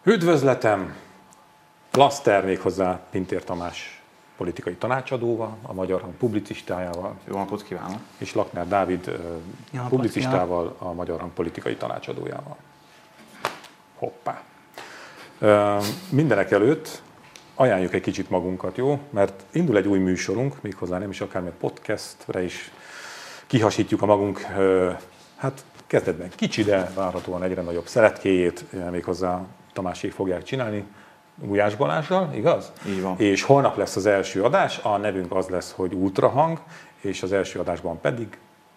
Üdvözletem! Laszter méghozzá Pintér Tamás politikai tanácsadóval, a Magyar Hang publicistájával. Jó napot kívánok! És Lakner Dávid publicistával, a Magyar Hang politikai tanácsadójával. Hoppá! Mindenek előtt ajánljuk egy kicsit magunkat, jó? Mert indul egy új műsorunk, méghozzá nem is akármilyen podcastre is kihasítjuk a magunk, hát kezdetben kicsi, de várhatóan egyre nagyobb szeretkéjét, méghozzá Tamásék fogják csinálni, Gulyás Balázssal, igaz? Így van. És holnap lesz az első adás, a nevünk az lesz, hogy Ultrahang, és az első adásban pedig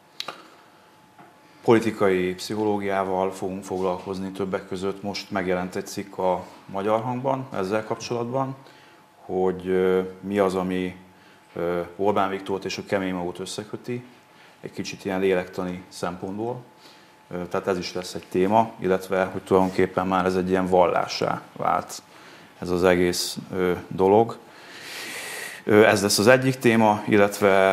politikai pszichológiával fogunk foglalkozni többek között. Most megjelent egy cikk a Magyar Hangban ezzel kapcsolatban, hogy mi az, ami Orbán Viktort és a Kemény Magot összeköti, egy kicsit ilyen lélektani szempontból. Tehát ez is lesz egy téma, illetve hogy tulajdonképpen már ez egy ilyen vallássá vált ez az egész dolog. Ez lesz az egyik téma, illetve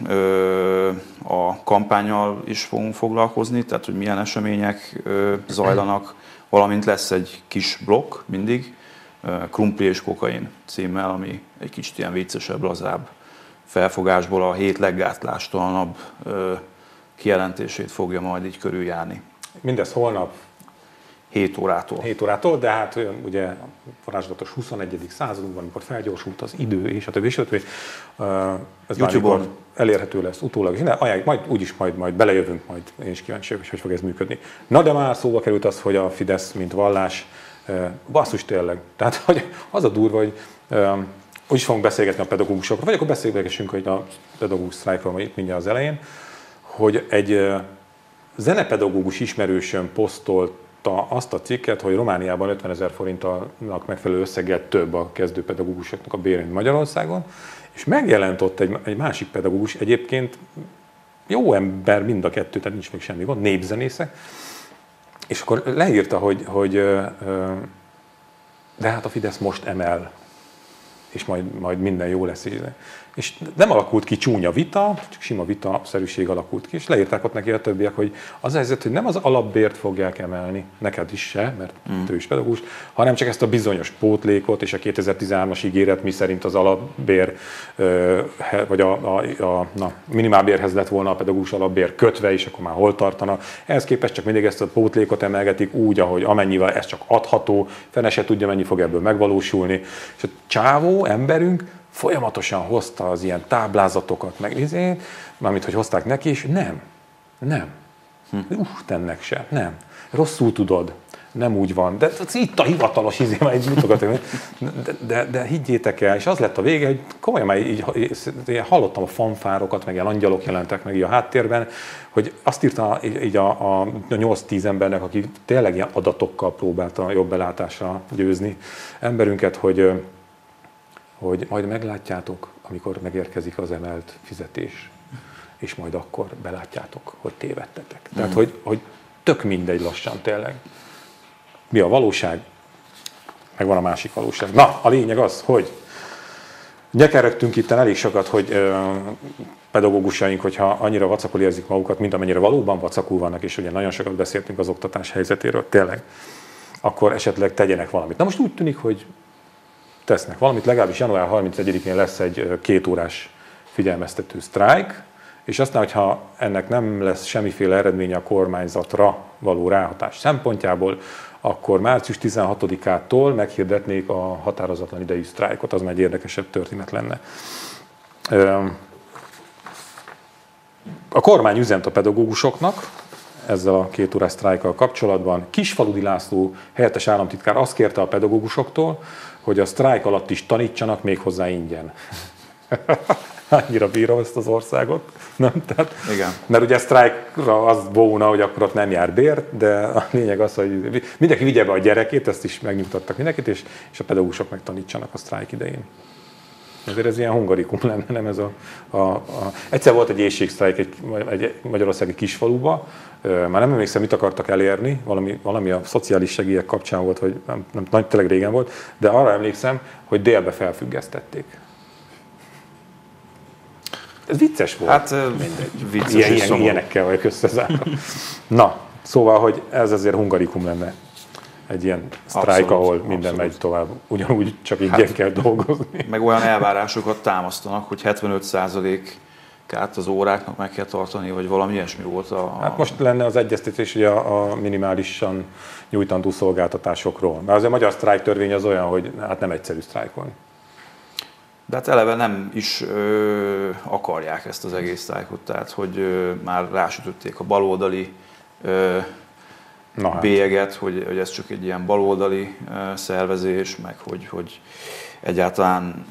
a kampánnyal is fogunk foglalkozni, tehát hogy milyen események zajlanak, valamint lesz egy kis blokk mindig, Krumpli és kokain címmel, ami egy kicsit ilyen viccesebb, lazább felfogásból a hét leggátlástalanabb kijelentését fogja majd így körüljárni. mindez holnap 7 órától. 7 órától, de hát ugye varázslatos 21. századunkban, amikor felgyorsult az idő, és a többi, ez YouTube-on elérhető lesz utólag, és majd úgyis majd belejövünk, majd én is kíváncsi vagyok, hogy fog ez működni. Na de már szóba került az, hogy a Fidesz, mint vallás, basszus tényleg. Tehát hogy az a durva, hogy úgyis fogunk beszélgetni a pedagógusokról, vagy akkor beszélgessünk hogy a pedagógus sztrájkról itt mindjárt az elején, hogy egy zenepedagógus ismerősöm posztolta azt a cikket, hogy Romániában 50 000 forintnak megfelelő összeggel több a kezdőpedagógusoknak a bére, mint Magyarországon, és megjelent ott egy másik pedagógus, egyébként jó ember mind a kettő, tehát nincs még semmi gond, népzenésze, és akkor leírta, hogy de hát a Fidesz most emel, és majd minden jó lesz. És nem alakult ki csúnya vita, csak sima vita-szerűség alakult ki, és leírták ott neki a többiek, hogy az a helyzet, hogy nem az alapbért fogják emelni, neked is se, mert ő is pedagógus, hanem csak ezt a bizonyos pótlékot, és a 2013-as ígéret, mi szerint az alapbér, vagy a minimálbérhez lett volna a pedagógus alapbér kötve, és akkor már hol tartana. Ehhez képest csak mindig ezt a pótlékot emelgetik úgy, ahogy amennyivel ez csak adható, fene se tudja, mennyi fog ebből megvalósulni. És a csávó emberünk folyamatosan hozta az ilyen táblázatokat, mármint, hogy hozták neki, és nem. Tennek se, nem. Rosszul tudod, nem úgy van. De itt a hivatalos már így mutogatok. De higgyétek el, és az lett a vége, hogy komolyan már így hallottam a fanfárokat, meg ilyen angyalok jelentek meg így a háttérben, hogy azt írta így a 8-10 embernek, aki tényleg ilyen adatokkal próbálta jobb belátásra győzni emberünket, hogy majd meglátjátok, amikor megérkezik az emelt fizetés, és majd akkor belátjátok, hogy tévedtetek. Tehát, hogy tök mindegy lassan tényleg. Mi a valóság? Meg van a másik valóság. Na, a lényeg az, hogy nyekerögtünk itt elég sokat, hogy pedagógusaink, hogyha annyira vacakul érzik magukat, mint amennyire valóban vacakul vannak, és ugye nagyon sokat beszéltünk az oktatás helyzetéről, tényleg, akkor esetleg tegyenek valamit. Na most úgy tűnik, hogy tesznek valamit, legalábbis január 31-én lesz egy 2 órás figyelmeztető sztrájk, és aztán, hogyha ennek nem lesz semmiféle eredménye a kormányzatra való ráhatás szempontjából, akkor március 16-ától meghirdetnék a határozatlan idejű sztrájkot, az már egy érdekesebb történet lenne. A kormány üzent a pedagógusoknak ezzel a 2 órás sztrájkkal kapcsolatban. Kisfaludi László helyettes államtitkár azt kérte a pedagógusoktól, hogy a sztrájk alatt is tanítsanak méghozzá ingyen. Annyira bírom ezt az országot. Nem? Tehát, igen. Mert ugye a sztrájkra az volna, hogy akkor ott nem jár bér, de a lényeg az, hogy mindenki vigye be a gyerekét, ezt is megnyugtattak mindenkit, és a pedagógusok megtanítsanak a sztrájk idején. Ezért ez ilyen hungarikum lenne, nem ez Egyszer volt egy éhségsztrájk egy magyarországi kisfaluba, már nem emlékszem, mit akartak elérni, valami a szociális segélyek kapcsán volt, vagy nem tényleg régen volt, de arra emlékszem, hogy délbe felfüggesztették. Ez vicces volt. Hát vicces és ilyenekkel vagyok összezárva. Na, szóval, hogy ez azért hungarikum lenne. egy ilyen sztrájk, ahol minden megy tovább, ugyanúgy csak ingyen kell dolgozni. Meg olyan elvárásokat támasztanak, hogy 75%-át az óráknak meg kell tartani, vagy valami ilyesmi volt Hát most lenne az egyeztetés ugye a minimálisan nyújtandó szolgáltatásokról. Mert azért a magyar sztrájk törvény az olyan, hogy hát nem egyszerű sztrájkolni. De hát eleve nem is akarják ezt az egész sztrájkot, tehát hogy már rásütötték a baloldali bélyeget, hogy ez csak egy ilyen baloldali szervezés, meg hogy egyáltalán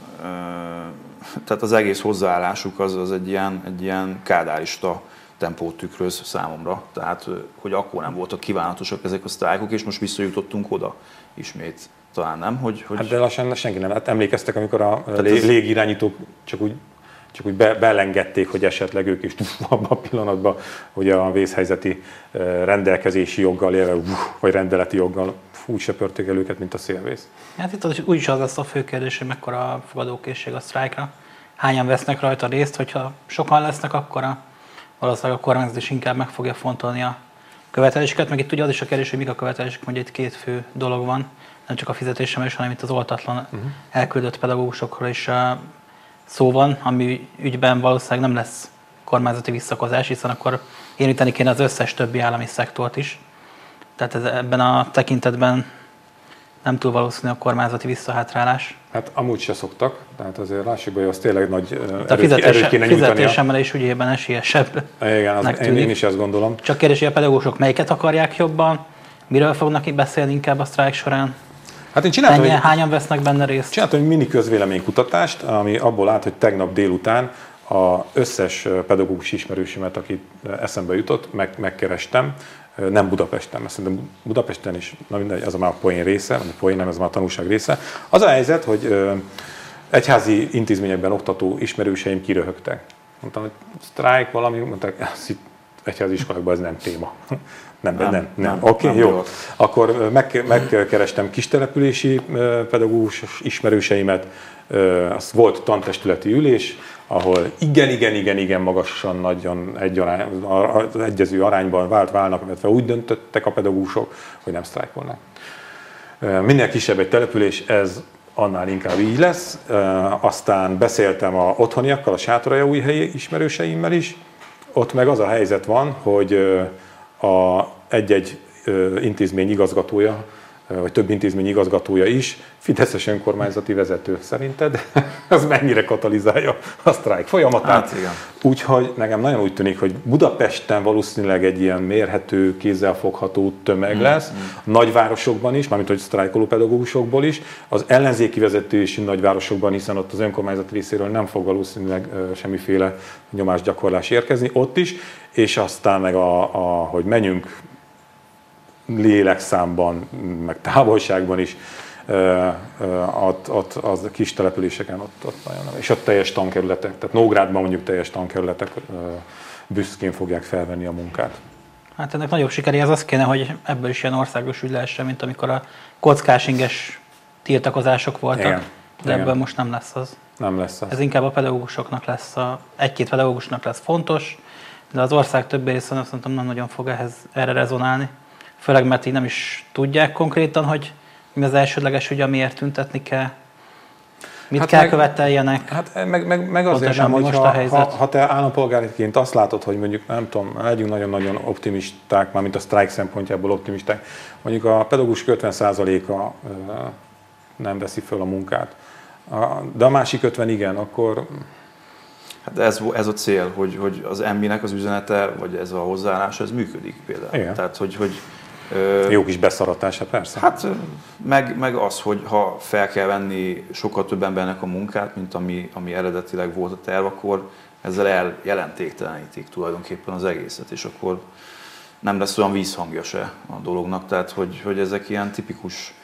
tehát az egész hozzáállásuk az egy ilyen kádárista tempót tükröz számomra. Tehát, hogy akkor nem voltak kívánatosak ezek a sztrájkok, és most visszajutottunk oda ismét. Talán nem, hogy... Hát de lassan senki nem. Hát emlékeztek, amikor a légirányítók csak úgy beelengedték, hogy esetleg ők is abban a pillanatban, hogy a vészhelyzeti rendelkezési joggal élve, vagy rendeleti joggal úgy söpörték el őket, mint a szélvész. Hát itt úgyis az lesz a fő kérdés, hogy mekkora a fogadókészség a sztrájkra. Hányan vesznek rajta részt, hogyha sokan lesznek, akkor valószínűleg a kormányzat is inkább meg fogja fontolni a követeléseket. Meg itt ugye az is a kérdés, hogy mik a követelések, mondja itt két fő dolog van. Nem csak a fizetésemelés, hanem itt az oltatlan elküldött pedagógusokról is szó van, ami ügyben valószínűleg nem lesz kormányzati visszakozás, hiszen akkor érinteni kéne az összes többi állami szektort is. Tehát ebben a tekintetben nem túl valószínű a kormányzati visszahátrálás. Hát amúgy se szoktak, tehát azért lássuk be, hogy az tényleg nagy erőt kéne nyújtania. A fizetésemelés ügyében esélyesebb. Igen, én is ezt gondolom. Csak kérdés, hogy a pedagógusok melyiket akarják jobban, miről fognak itt beszélni inkább a sztrájk során? Hát én hányan vesznek benne részt? Csináltam egy mini közvéleménykutatást, ami abból állt, hogy tegnap délután az összes pedagógus ismerősömet, akit eszembe jutott, megkerestem. Nem Budapesten, mert szerintem Budapesten is, na mindegy, ez a már a poén része, vagy a poén nem, ez már a tanulság része. Az a helyzet, hogy egyházi intézményekben oktató ismerőseim kiröhögtek. Mondtam, hogy sztrájk valami, mondták, egyházi iskolákban ez nem téma. Nem. Oké, jó. Akkor megkerestem kistelepülési pedagógus ismerőseimet, az volt tantestületi ülés, ahol igen magasan, nagyon az egyező arányban válnak, illetve úgy döntöttek a pedagógusok, hogy nem sztrájkolnak. Minél kisebb egy település, ez annál inkább így lesz. Aztán beszéltem a otthoniakkal, a Sátoraljaújhelyi ismerőseimmel is. Ott meg az a helyzet van, hogy egy-egy intézmény igazgatója, vagy több intézmény igazgatója is fideszes önkormányzati vezető. Szerinted az mennyire katalizálja a sztrájk folyamatát? Hát, igen. Úgyhogy nekem nagyon úgy tűnik, hogy Budapesten valószínűleg egy ilyen mérhető, kézzelfogható tömeg lesz, nagyvárosokban is, mármint hogy sztrájkoló pedagógusokból is, az ellenzéki vezetősi nagyvárosokban, hiszen ott az önkormányzat részéről nem fog valószínűleg semmiféle nyomásgyakorlás érkezni, ott is, és aztán meg hogy menjünk lélekszámban, meg távolságban is, ott az a kis településeken, ott nagyon nem. És ott teljes tankerületek, tehát Nógrádban mondjuk teljes tankerületek büszkén fogják felvenni a munkát. Hát ennek nagyobb sikeréhez az kéne, hogy ebből is ilyen országos ügy lehessen, mint amikor a kockásinges tiltakozások voltak, igen, de ebből most nem lesz az. Nem lesz az. Ez inkább a pedagógusoknak lesz, egy-két pedagógusnak lesz fontos, de az ország többi részén szerintem nem nagyon fog erre rezonálni. Főleg, mert így nem is tudják konkrétan, hogy mi az elsődleges ügy, amiért tüntetni kell, mit kell követeljenek. Hát meg azért sem, hogy ha te állampolgárként azt látod, hogy mondjuk, nem tudom, legyünk nagyon-nagyon optimisták, mármint a sztrájk szempontjából optimisták, mondjuk a pedagógusok 50%-a nem veszi föl a munkát, de a másik 50 igen, akkor... Hát ez a cél, hogy az MB-nek az üzenete, vagy ez a hozzáállás, ez működik például. Igen. Tehát, hogy jó kis beszaratása, persze. Hát meg az, hogy ha fel kell venni sokkal több embernek a munkát, mint ami eredetileg volt a terv, akkor ezzel eljelentéktelenítik tulajdonképpen az egészet, és akkor nem lesz olyan vízhangja se a dolognak. Tehát, hogy ezek ilyen tipikus,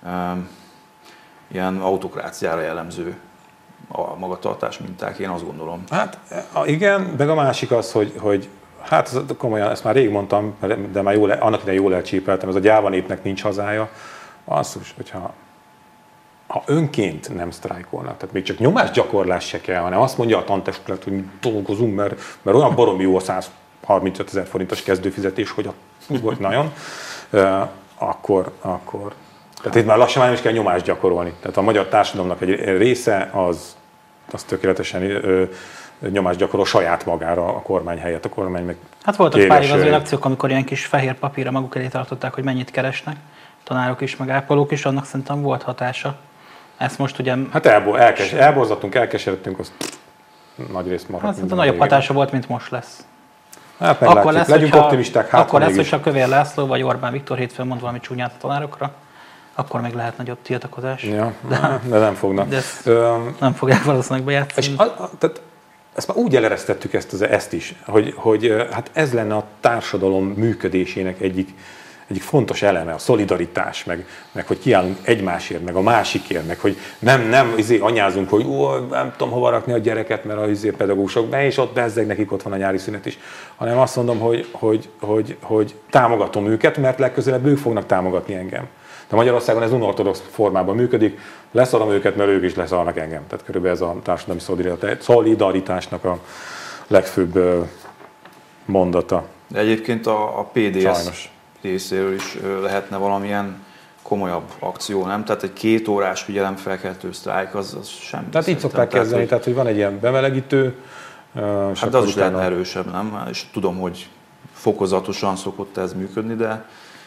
ilyen autokráciára jellemző a magatartás minták, én azt gondolom. Hát igen, de a másik az, hogy hát komolyan, ezt már rég mondtam, de már annak idején jól elcsépeltem, ez a gyáva népnek nincs hazája. Basszus, hogyha önként nem sztrájkolnak, tehát még csak nyomásgyakorlás se kell, hanem azt mondja a tantestület, hogy dolgozunk, mert olyan baromi jó a 135 000 forintos kezdőfizetés, hogy nagyon. akkor tehát itt már lassan már nem is kell nyomást gyakorolni. Tehát a magyar társadalomnak egy része az tökéletesen nyomást gyakorol saját magára a kormány helyett. A kormány meg hát voltak pár igazoló akciók, amikor ilyen kis fehér papírra maguk elé tartották, hogy mennyit keresnek. Tanárok is, meg ápolók is, annak szerintem volt hatása. Ezt most ugye... Hát elborzadtunk, elkeseredtünk, azt nagy részt maradt. Hát szerintem nagyobb hatása volt, mint most lesz. Hát meglátjuk, legyünk optimisták. Akkor lesz, hogyha Kövér László vagy Orbán Viktor hétfőn mond valami csúnyát a tanárokra, akkor még lehet nagyobb tiltakozás. Ja, de nem fognak. De nem fogják valószínűleg bejátszani. És tehát ezt már úgy eleresztettük ezt is, hogy hát ez lenne a társadalom működésének egyik fontos eleme, a szolidaritás, meg hogy kiállunk egymásért, meg a másikért, meg hogy nem anyázunk, hogy nem tudom hova rakni a gyereket, mert a pedagógusok be, és ott bezzeg, nekik ott van a nyári szünet is, hanem azt mondom, hogy támogatom őket, mert legközelebb ők fognak támogatni engem. De Magyarországon ez unorthodox formában működik, leszarom őket, mert ők is leszarnak engem. Tehát körülbelül ez a társadalmi szolidaritásnak a legfőbb mondata. De egyébként a PDS sajnos részéről is lehetne valamilyen komolyabb akció, nem? Tehát egy 2 órás figyelemfelkeltő sztrájk, az semmi. Tehát így szokták kezdeni, tehát hogy van egy ilyen bemelegítő. Hát de az is lehetne erősebb, nem? És tudom, hogy fokozatosan szokott ez működni, de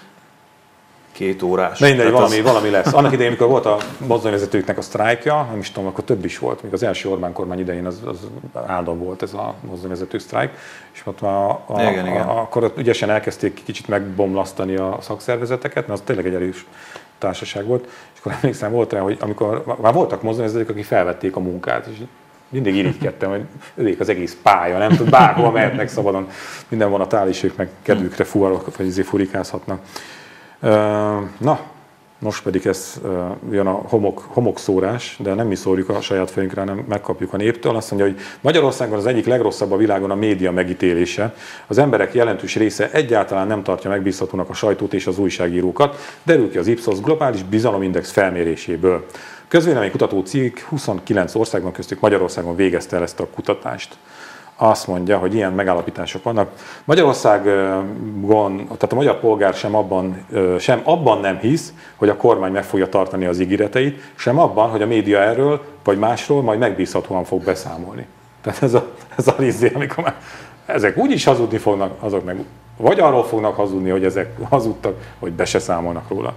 2 órás. Mindegy, valami lesz. Annak idején, amikor volt a mozdonyvezetőknek a sztrájkja, nem is tudom, akkor több is volt, még az első Orbán kormány idején az áldom volt ez a mozdonyvezető sztrájk, és ott akkor ügyesen elkezdték kicsit megbomlasztani a szakszervezeteket, mert az tényleg egy erős társaság volt, és akkor emlékszem, volt rá, hogy amikor már voltak mozdonyvezetők, akik felvették a munkát, és mindig irigykedtem, hogy ők az egész pálya, nem tud, bárhol mehetnek szabadon, minden vonat áll, és ők meg kedvükre furikázhatnak. Na, most pedig ez jön a homokszórás, de nem mi szórjuk a saját fejünkre, hanem megkapjuk a néptől. Azt mondja, hogy Magyarországon az egyik legrosszabb a világon a média megítélése. Az emberek jelentős része egyáltalán nem tartja megbízhatónak a sajtót és az újságírókat, derül ki az Ipsos globális bizalomindex felméréséből. Közvéleménykutató cég 29 országban, köztük Magyarországon végezte el ezt a kutatást. Azt mondja, hogy ilyen megállapítások vannak. Magyarországon, tehát a magyar polgár sem abban nem hisz, hogy a kormány meg fogja tartani az ígéreteit, sem abban, hogy a média erről vagy másról majd megbízhatóan fog beszámolni. Tehát ez a rizé, amikor már ezek úgy is hazudni fognak, azok meg vagy arról fognak hazudni, hogy ezek hazudtak, hogy be se számolnak róla.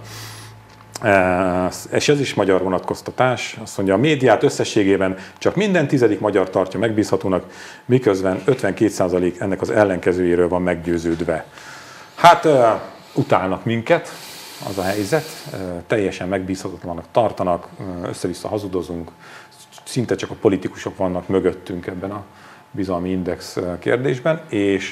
És ez is magyar vonatkoztatás. Azt mondja, a médiát összességében csak minden 10. magyar tartja megbízhatónak, miközben 52% ennek az ellenkezőjéről van meggyőződve. Hát utálnak minket, az a helyzet, teljesen megbízhatatlanak tartanak, össze-vissza hazudozunk, szinte csak a politikusok vannak mögöttünk ebben a bizalmi index kérdésben, és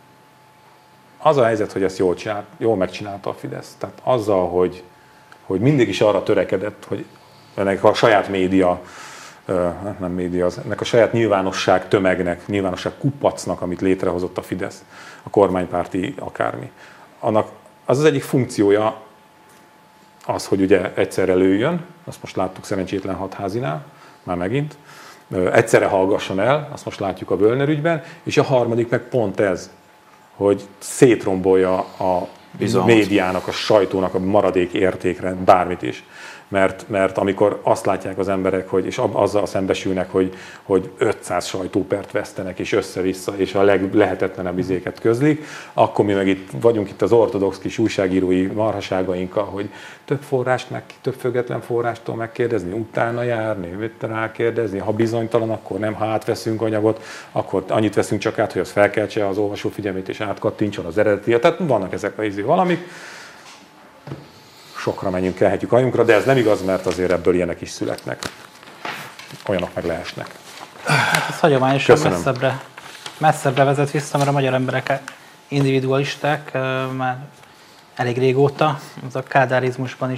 az a helyzet, hogy ezt jól megcsinálta a Fidesz. Tehát azzal, hogy mindig is arra törekedett, hogy ennek a saját média, nem média, ennek a saját nyilvánosság tömegnek, nyilvánosság kupacnak, amit létrehozott a Fidesz, a kormánypárti akármi. Annak az egyik funkciója az, hogy ugye egyszerre lőjön, azt most láttuk szerencsétlen hatházinál, már megint, egyszerre hallgasson el, azt most látjuk a Völner ügyben, és a harmadik meg pont ez, hogy szétrombolja a médiának, a sajtónak a maradék értékre, bármit is. Mert amikor azt látják az emberek, és azzal szembesülnek, hogy 500 sajtópert vesztenek, és össze-vissza, és a leglehetetlenebb izéket közlik, akkor mi meg vagyunk itt az ortodox kis újságírói marhaságainkkal, hogy több független forrástól megkérdezni, utána járni, rákérdezni, ha bizonytalan, akkor nem, ha átveszünk anyagot, akkor annyit veszünk csak át, hogy az felkeltse az olvasó figyelmét, és átkattintson az eredeti. Tehát vannak ezek a valamik. Sokra menjünk, kelhetjük ajunkra, de ez nem igaz, mert azért ebből ilyenek is születnek. Olyanok meg leesnek. Hát ez hagyományosan messzebbre vezet vissza, mert a magyar emberek individualisták már elég régóta. Az a kádárizmusban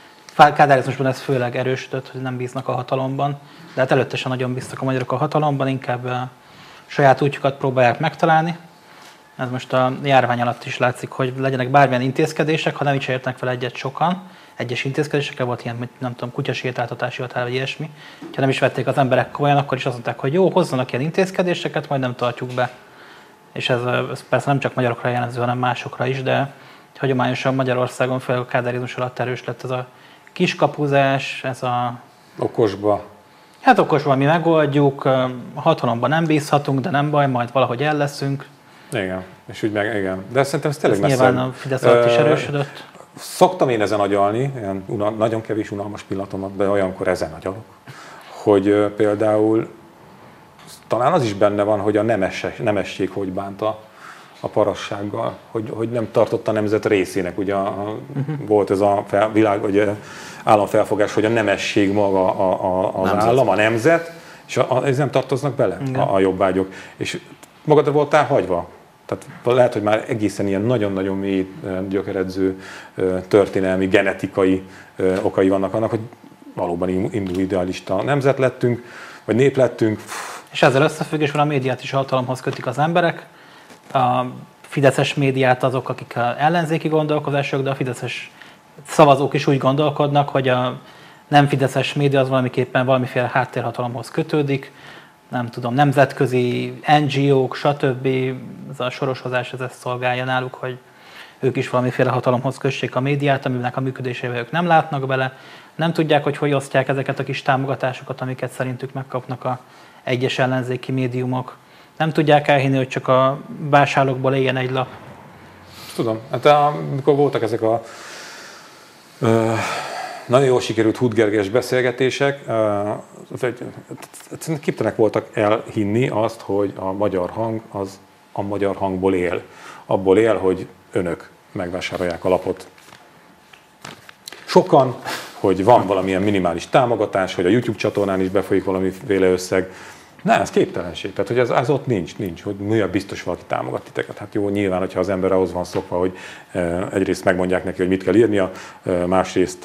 ez főleg erősödött, hogy nem bíznak a hatalomban. De hát előtte sem nagyon bíztak a magyarok a hatalomban, inkább saját útjukat próbálják megtalálni. Ez most a járvány alatt is látszik, hogy legyenek bármilyen intézkedések, ha nem is értnek fel egyet sokan. Egyes intézkedésekkel volt ilyen, nem tudom, kutyasétáltatási határ, vagy ilyesmi. Ha nem is vették az emberek komolyan, akkor is azt mondták, hogy jó, hozzanak ilyen intézkedéseket, majd nem tartjuk be. És ez persze nem csak magyarokra jellemző, hanem másokra is, de hagyományosan Magyarországon főleg a kádárizmus alatt erős lett ez a kiskapuzás, ez a... Okosba. Hát okosban mi megoldjuk, hatalomban nem bízhatunk, de nem baj, majd valahogy el leszünk. Igen, és úgy meg, igen. De szerintem ez tényleg Ez nyilván a Fidesz alatt is erősödött. Szoktam én ezen agyalni, ilyen nagyon kevés unalmas pillanatomat, de olyankor ezen agyalok, hogy például talán az is benne van, hogy a nemesség hogy bánta a parassággal, hogy nem tartotta a nemzet részének. Ugye volt ez a államfelfogás, hogy a nemesség maga az nemzet. Állam, a nemzet, és ez nem tartoznak bele a jobbágyok. És magadra voltál hagyva. Tehát lehet, hogy már egészen ilyen nagyon-nagyon mély gyökeredző történelmi, genetikai okai vannak annak, hogy valóban individualista nemzet lettünk, vagy nép lettünk. És ezzel összefüggésben a médiát is hatalomhoz kötik az emberek. A fideszes médiát azok, akik ellenzéki gondolkozások, de a fideszes szavazók is úgy gondolkodnak, hogy a nem fideszes média az valamiképpen valamiféle háttérhatalomhoz kötődik. Nem tudom, nemzetközi NGO-k, stb. Ez a soroshozás ez ezt szolgálja náluk, hogy ők is valamiféle hatalomhoz kössék a médiát, aminek a működésével ők nem látnak bele. Nem tudják, hogy osztják ezeket a kis támogatásokat, amiket szerintük megkapnak a egyes ellenzéki médiumok. Nem tudják elhinni, hogy csak a vásárlókból éljen egy lap. Tudom, hát amikor voltak ezek a nagyon jól sikerült Hut Gergelyes beszélgetések, képtelenek voltak elhinni azt, hogy a magyar hang az a magyar hangból él. Abból él, hogy önök megvásárolják a lapot. Sokan, hogy van valamilyen minimális támogatás, hogy a YouTube csatornán is befolyik valamiféle összeg. Nem, ez képtelenség. Tehát, hogy ez ott nincs, hogy milyen biztos valaki támogat titeket. Hát jó, nyilván, hogyha az ember ahhoz van szokva, hogy egyrészt megmondják neki, hogy mit kell írnia, másrészt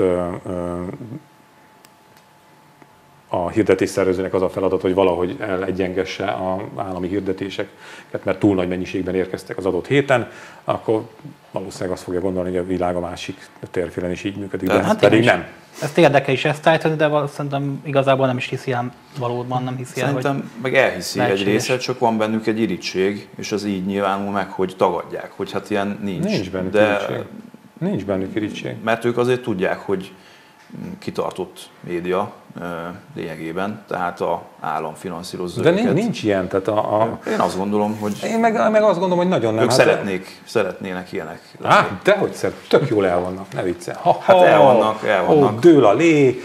a hirdetésszervezőnek az a feladat, hogy valahogy elegyengesse az állami hirdetéseket, mert túl nagy mennyiségben érkeztek az adott héten, akkor valószínűleg azt fogja gondolni, hogy a világ a másik térfélen is így működik, de hát pedig nem. Ezt érdekel is ezt állítani, de szerintem igazából nem is hiszi el, valóban nem hiszi el, szerintem meg elhiszi egy része, csak van bennük egy irítség, és az így nyilvánul meg, hogy tagadják, hogy hát ilyen nincs. Nincs bennük irítség. Nincs bennük irítség. Mert ők azért tudják, hogy kitartott média lényegében, tehát a állam finanszírozza de őket. Nincs ilyen. Tehát én azt gondolom, hogy... Én meg azt gondolom, hogy nagyon nem. Ők szeretnének ilyenek. Dehogy tök jól el vannak, ne viccel. Hát el vannak. Dől a lé,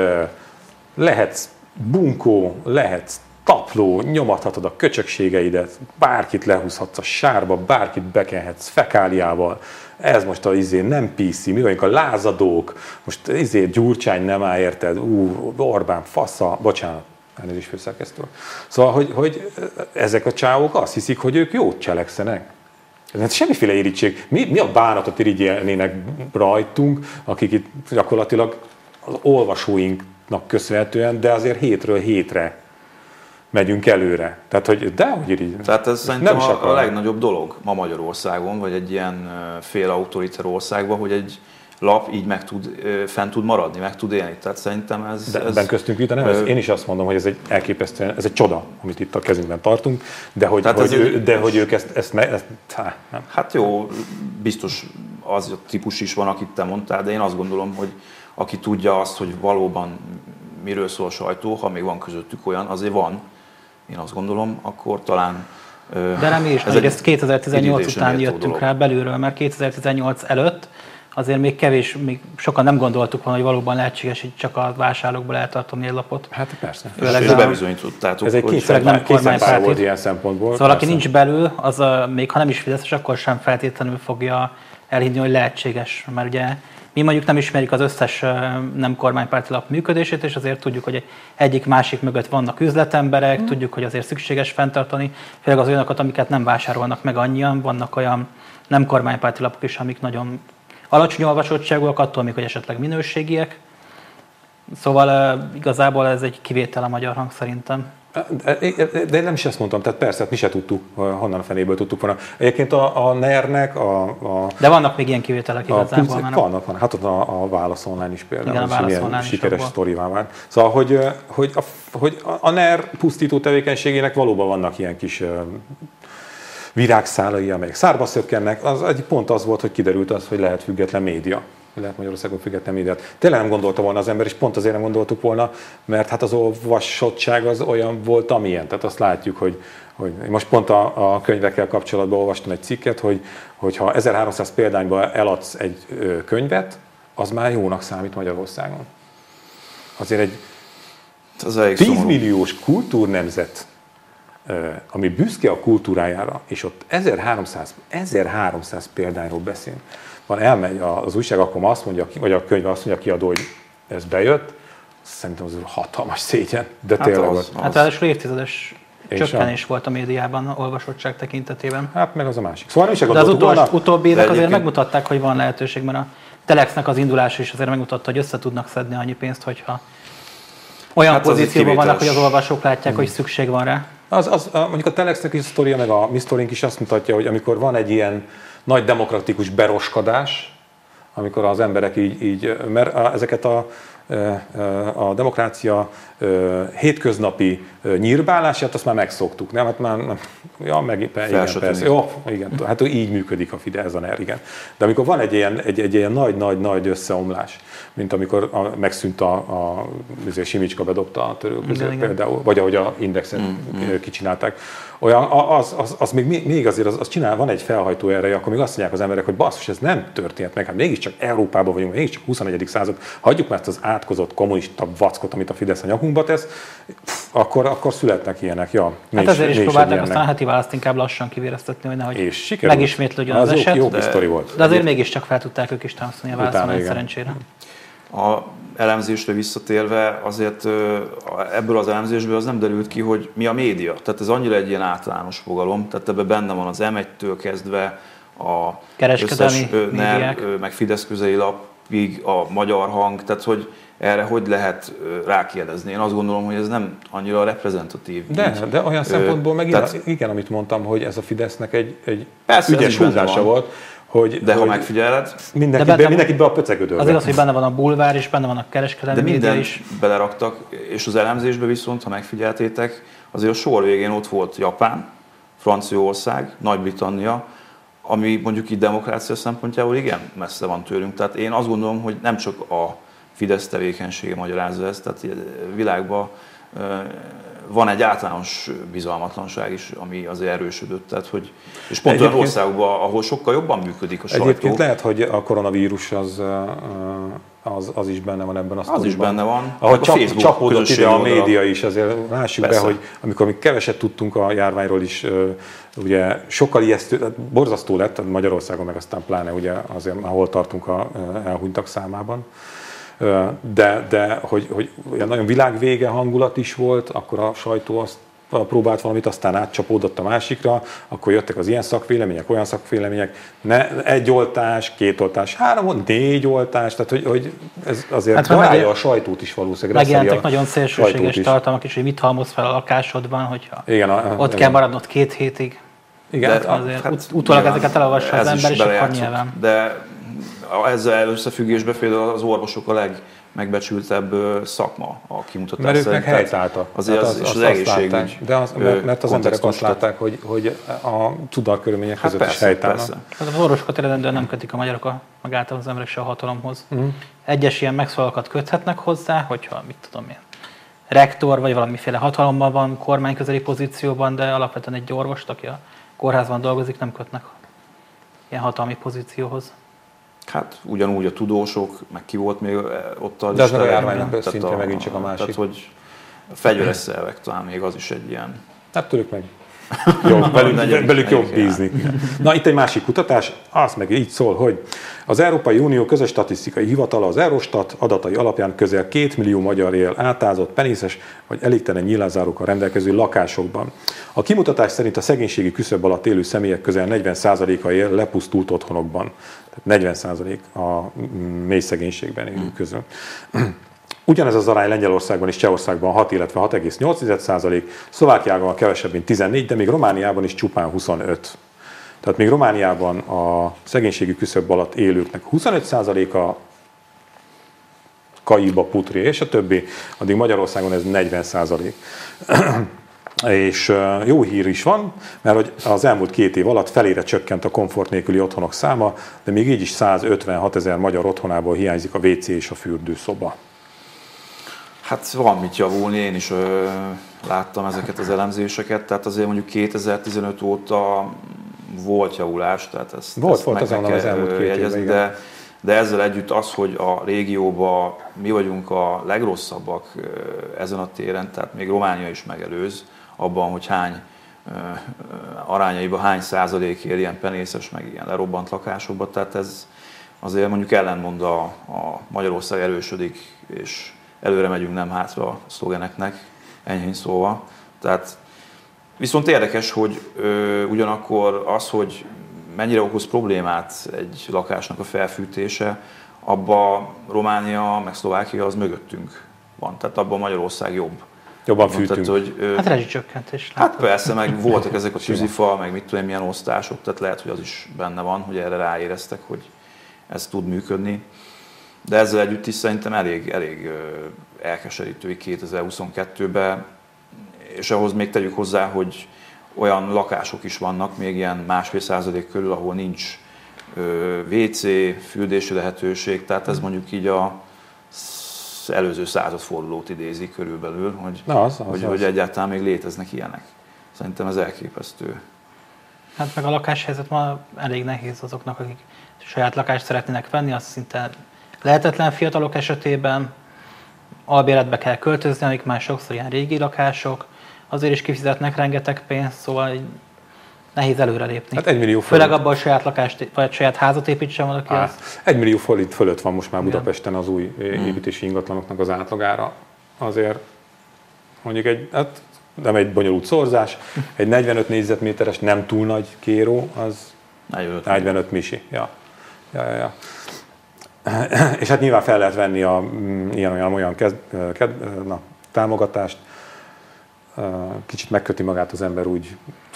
lehetsz bunkó, lehetsz tapló, nyomathatod a köcsökségeidet, bárkit lehúzhatsz a sárba, bárkit bekenhetsz fekáliával. Ez most nem PC, mi vagyunk a lázadók, most Gyurcsány nem áll, érted, Orbán fasza, bocsánat, elnézést főszerkesztő. Szóval, hogy ezek a csávok azt hiszik, hogy ők jót cselekszenek. Ez semmiféle irítség. Mi a bánatot irigyelnének rajtunk, akik itt gyakorlatilag az olvasóinknak köszönhetően, de azért hétről hétre megyünk előre. Tehát, hogy dehogy irigy. Tehát ez szerintem a legnagyobb dolog ma Magyarországon, vagy egy ilyen fél autoriter országban, hogy egy lap így fent tud maradni, meg tud élni. Tehát szerintem ez... De ebben köztünk vita nem? Én is azt mondom, hogy ez egy elképesztően, ez egy csoda, amit itt a kezünkben tartunk, de hogy ők ezt nem. Hát jó, biztos az a típus is van, akit te mondtál, de én azt gondolom, hogy aki tudja azt, hogy valóban miről szól a sajtó, ha még van közöttük olyan, azért van, én azt gondolom, akkor talán... De nem is, hogy ezt 2018 után jöttünk rá belülről, mert 2018 előtt azért még sokan nem gondoltuk volna, hogy valóban lehetséges, hogy csak a vásárlókból eltartani egy lapot. Hát persze. És bebizonyítottátok. Ez egy kényszerpálya volt ilyen szempontból. Szóval aki nincs belül, az még ha nem is fideszes, akkor sem feltétlenül fogja elhinni, hogy lehetséges. Mert ugye mi mondjuk nem ismerjük az összes nem kormánypárti lap működését, és azért tudjuk, hogy egyik másik mögött vannak üzletemberek, tudjuk, hogy azért szükséges fenntartani, főleg az olyanokat, amiket nem vásárolnak meg annyian, vannak olyan nem kormánypárti lapok is, amik nagyon alacsony olvasottságúak, attól még, hogy esetleg minőségiek. Szóval igazából ez egy kivétel a Magyar Hang szerintem. De én nem is ezt mondtam, tehát persze, mi se tudtuk, honnan a fenéből tudtuk volna. Egyébként a NER-nek De vannak még ilyen kivételek igazából. Vannak. Hát ott a Válasz Online is például. Igen, a Válasz Online sikeres sztorivá vált. Szóval, hogy a NER pusztító tevékenységének valóban vannak ilyen kis virágszálai, amelyek szárba szökkennek. Az egy pont az volt, hogy kiderült az, hogy lehet független média. Lehet Magyarországon független médiát. Tényleg nem gondolta volna az ember, és pont azért nem gondoltuk volna, mert hát az olvasottság az olyan volt, amilyen. Tehát azt látjuk, hogy most pont a könyvekkel kapcsolatban olvastam egy cikket, hogy ha 1300 példányban eladsz egy könyvet, az már jónak számít Magyarországon. Azért egy 10 milliós kultúrnemzet, ami büszke a kultúrájára, és ott 1300 példányról beszél. Elmegy az újság, akkor azt mondja, vagy a könyv azt mondja, a kiadó, hogy ez bejött, szerintem az hatalmas szégyen, de hát tényleg az. Hát ráadásul évtizedes csökkenés volt a médiában olvasottság tekintetében. Hát meg az a másik. Szóval nem is de az utóbbi évek azért megmutatták, hogy van lehetőség, mert a Telexnek az indulása is azért megmutatta, hogy össze tudnak szedni annyi pénzt, hogyha olyan pozícióban vannak, hogy az olvasók látják, hogy szükség van rá. Mondjuk a Telexnek is a sztoria, meg a mi sztorink is azt mutatja, hogy amikor van egy ilyen nagy demokratikus beroskadás, amikor az emberek mert ezeket a demokrácia hétköznapi nyírbálását, azt már megszoktuk, nem? Hát már, igen, persze. Jó, igen, hát így működik a Fidesz, igen. De amikor van egy ilyen nagy összeomlás, mint amikor megszűnt a Simicska bedobta a Török között például, vagy ahogy a Indexet kicsinálták, olyan, az még azért az csinál, van egy felhajtó ereje, akkor még azt mondják az emberek, hogy basszus, ez nem történt meg, hát mégiscsak Európában vagyunk, mégiscsak 21. század, hagyjuk már ezt az átkozott kommunista vackot, amit a Fidesz a nyakunkba tesz, akkor születnek ilyenek. Ja, hát ezért is próbálták aztán a heti választ inkább lassan kivéreztetni, hogy nehogy megismétlődjön az eset. Jó sztori volt. De azért mégiscsak fel tudták ők is támasztani a válaszolni szerencsére. A elemzésre visszatérve, azért ebből az elemzésből az nem derült ki, hogy mi a média. Tehát ez annyira egy ilyen általános fogalom, tehát ebben benne van az M1-től kezdve a kereskedelmi médiák, meg Fidesz közeli lapig a Magyar Hang, tehát hogy erre hogy lehet rákérdezni. Én azt gondolom, hogy ez nem annyira reprezentatív. De olyan szempontból meg igen, amit mondtam, hogy ez a Fidesznek egy ügyes húzása volt. Ha megfigyeled, mindenki be a pöcegödörbe. Az igaz, hogy benne van a bulvár is, benne van a kereskedelmi média is. Beleraktak, és az elemzésbe viszont, ha megfigyeltétek, azért a sor végén ott volt Japán, Franciaország, Nagy-Britannia, ami mondjuk így demokrácia szempontjából igen messze van tőlünk. Tehát én azt gondolom, hogy nem csak a Fidesz tevékenysége magyarázza ezt, tehát világban van egy általános bizalmatlanság is, ami azért erősödött. Tehát, hogy, és pont olyan országokban, ahol sokkal jobban működik a sajtó. Egyébként lehet, hogy a koronavírus az is benne van ebben a sztoriban. Az is benne van. Ahogy csapódott ide a média is, azért lássuk be, hogy amikor mi keveset tudtunk a járványról is, ugye sokkal ijesztő, borzasztó lett Magyarországon, meg aztán pláne ugye azért, ahol tartunk a elhunytak számában. De hogy olyan nagyon világvége hangulat is volt, akkor a sajtó azt próbált valamit, aztán átcsapódott a másikra, akkor jöttek az ilyen szakvélemények, olyan szakvélemények, egy oltás, 2 oltás, 3, 4 oltás, tehát hogy ez azért találja a sajtót is valószínűleg. Megjelentek nagyon szélsőséges tartalmak is, hogy mit halmoz fel a lakásodban, hogyha ott kell maradnod 2 hétig. Igen, de azért utólag ezeket elolvassa az ember, és akkor nyilván. De ezzel összefüggésben például az orvosok a legmegbecsültebb szakma a kimutatás szerint. Mert ők meg helytálltak. És az egészségügy. Mert az emberek azt látták, hogy a tudatkörülmények között is helytállnak. Az orvosokat eredendően nem kötik a magyarok magától az emberek se a hatalomhoz. Egyes ilyen megszólalókat köthetnek hozzá, hogyha mit tudom én, rektor vagy valamiféle hatalommal van, kormányközeli pozícióban, de alapvetően egy orvost, aki a kórházban dolgozik, nem kötnek ilyen hatalmi pozícióhoz. Hát ugyanúgy a tudósok, meg ki volt még ott a de az a járványnak szintén megint csak a másik. Tehát, hogy a fegyveres szervek talán még az is egy ilyen... Hát tőlük meg belük jobb bízni. Na itt egy másik kutatás, az meg így szól, hogy az Európai Unió Közös Statisztikai Hivatala, az Eurostat adatai alapján közel 2 millió magyar él átázott, penészes vagy elégtelen nyílászárókkal rendelkező lakásokban. A kimutatás szerint a szegénységi küszöb alatt élő személyek közel 40%-a él lepusztult otthonokban. Tehát 40% a mély szegénységben élők közül. Ugyanez az arány Lengyelországban és Csehországban 6, illetve 6,8%, Szlovákiában kevesebb, mint 14, de még Romániában is csupán 25. Tehát még Romániában a szegénységi küszöb alatt élőknek 25%-a kaiba, putri és a többi, addig Magyarországon ez 40%. És jó hír is van, mert hogy az elmúlt 2 év alatt felére csökkent a komfort nélküli otthonok száma, de még így is 156 000 magyar otthonából hiányzik a WC és a fürdőszoba. Hát van mit javulni, én is láttam ezeket az elemzéseket, tehát azért mondjuk 2015 óta volt javulás, tehát ezt volt meg azon az elmúlt 2 évben, de ezzel együtt az, hogy a régióban mi vagyunk a legrosszabbak ezen a téren, tehát még Románia is megelőz abban, hogy hány arányaiban hány százalék ér ilyen penészes, meg ilyen lerobbant lakásokban, tehát ez azért mondjuk ellentmond a Magyarország erősödik, és előre megyünk, nem hátra szlogeneknek, enyhén szólva. Tehát viszont érdekes, hogy ugyanakkor az, hogy mennyire okoz problémát egy lakásnak a felfűtése, abban Románia, meg Szlovákia az mögöttünk van. Tehát abban Magyarország jobb. Jobban fűtünk. Tehát, hát rezsicsökkentés. Hát persze, meg voltak ezek a tűzifa, meg mit tudom, milyen osztások, tehát lehet, hogy az is benne van, hogy erre ráéreztek, hogy ez tud működni. De ezzel együtt is szerintem elég elkeserítő 2022-ben, és ahhoz még tegyük hozzá, hogy olyan lakások is vannak, még ilyen 1,5% körül, ahol nincs WC, fürdési lehetőség, tehát ez mondjuk így az előző századfordulót idézi körülbelül, hogy egyáltalán még léteznek ilyenek. Szerintem ez elképesztő. Hát meg a lakáshelyzet ma elég nehéz azoknak, akik saját lakást szeretnének venni, az szinte lehetetlen fiatalok esetében. Albéletbe kell költözni, amik már sokszor ilyen régi lakások, azért is kifizetnek rengeteg pénzt, szóval nehéz előrelépni. Hát 1 millió forint. Főleg abban a saját lakást, vagy saját házat építsen valaki. 1 millió forint fölött van most már Budapesten az új építési ingatlanoknak az átlagára. Azért mondjuk nem egy bonyolult szorzás, egy 45 négyzetméteres nem túl nagy kéró, az 45 misi. Ja. És hát nyilván fel lehet venni ilyen-olyan támogatást, kicsit megköti magát az ember úgy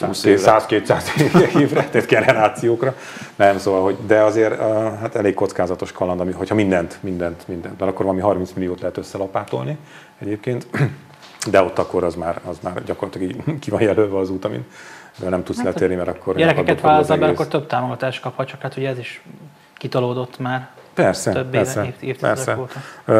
100-200 évre, tehát generációkra. Nem, szóval, hogy, de azért hát elég kockázatos kaland, hogyha mindent, mert akkor valami 30 milliót lehet összelapátolni egyébként, de ott akkor az már gyakorlatilag így ki van jelölve az út, amin nem tudsz letérni, mert akkor... Gyerekeket válasz ember, akkor több támogatást kaphat, csak hát ugye ez is kitolódott már. Persze. Évtizedek óta.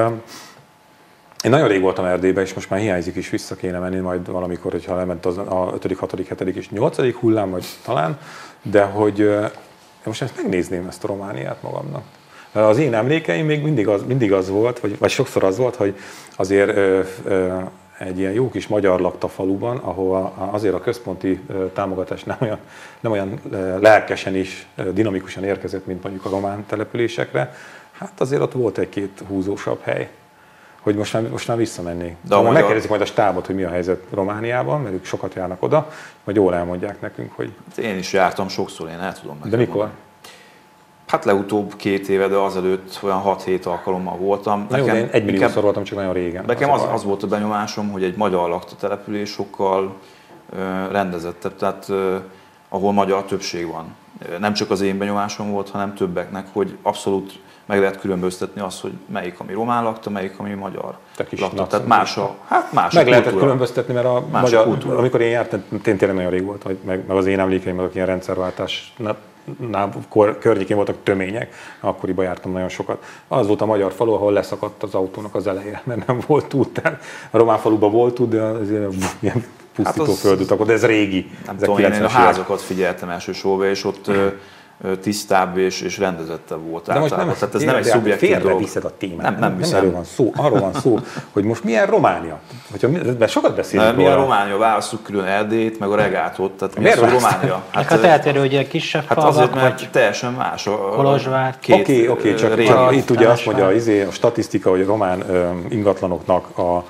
Én nagyon rég voltam Erdélyben, és most már hiányzik is, vissza kéne menni majd valamikor, hogyha lement a 5., 6., 7. és 8. hullám, vagy talán, de hogy most ezt megnézném ezt a Romániát magamnak. Az én emlékeim még mindig az volt, vagy sokszor az volt, hogy azért egy ilyen jó kis magyar lakta faluban, ahol azért a központi támogatás nem olyan lelkesen és dinamikusan érkezett, mint mondjuk a román településekre, hát azért ott volt egy-két húzósabb hely, hogy most már visszamennék. De megkérdezik majd a stábot, hogy mi a helyzet Romániában, mert ők sokat járnak oda, majd jól elmondják nekünk, hogy... Én is jártam sokszor, én el tudom meg. De mikor? Mondani. Hát legutóbb 2 éve, de azelőtt olyan 6-7 alkalommal voltam. Na jó, én 1 milliószor voltam, csak nagyon régen. Nekem az volt a benyomásom, hogy egy magyar lakta település sokkal rendezettebb, tehát ahol magyar többség van. Nem csak az én benyomásom volt, hanem többeknek, hogy abszolút meg lehet különböztetni azt, hogy melyik ami román lakta, melyik ami magyar lakta. Tehát más a meg lehetett különböztetni, mert a magyar, amikor én jártam, tényleg nagyon rég volt, meg az én emlékeim azok ilyen rendszerváltás környékén voltak tömények, akkoriban jártam nagyon sokat. Az volt a magyar falu, ahol leszakadt az autónak az eleje, mert nem volt út. A román faluban volt út, de az ilyen pusztító földutak, de ez régi. Nem tudom, én a házakat figyeltem elsősorban, és ott tisztább és rendezettebb volt általában. Tehát ez nem egy szubjektív dolog. Viszed a témát. Nem erről van szó. Arról van szó, hogy most milyen Románia. Mert sokat beszélünk róla. Milyen Románia? Válasszuk külön Erdélyt, meg a Regátot. Tehát mi az, hogy Románia? Hát eltérő, hogy egy kisebb falvak, azért, mert teljesen más. Kolozsvár. Oké, csak itt ugye azt mondja a statisztika, hogy a román ingatlanoknak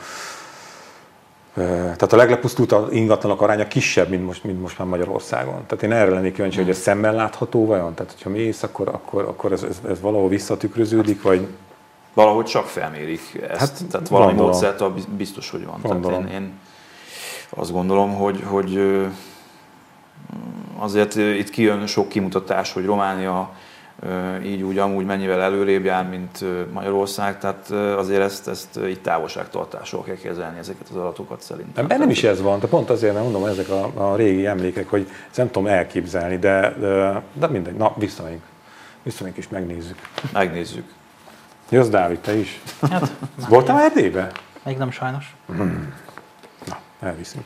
tehát a leglepusztultabb ingatlanok aránya kisebb, mint most már Magyarországon. Tehát én erre lennék kíváncsi, hogy ez szemmel látható vajon? Tehát, hogyha mész, akkor ez valahol visszatükröződik, vagy... Valahogy csak felmérik ezt. Hát, tehát valami módszertan biztos, hogy van. Tehát én azt gondolom, hogy azért itt kijön sok kimutatás, hogy Románia így úgy amúgy mennyivel előrébb jár, mint Magyarország, tehát azért ezt így távolságtartásról kell kezelni ezeket az adatokat szerintem. Nem is ez van, de pont azért, mert mondom, ezek a régi emlékek, hogy ezt nem tudom elképzelni, de mindegy, na visszamegyünk és megnézzük. Megnézzük. Jössz, Dávid, te is? Hát, Voltál Erdélybe? még nem sajnos. Na, elviszünk.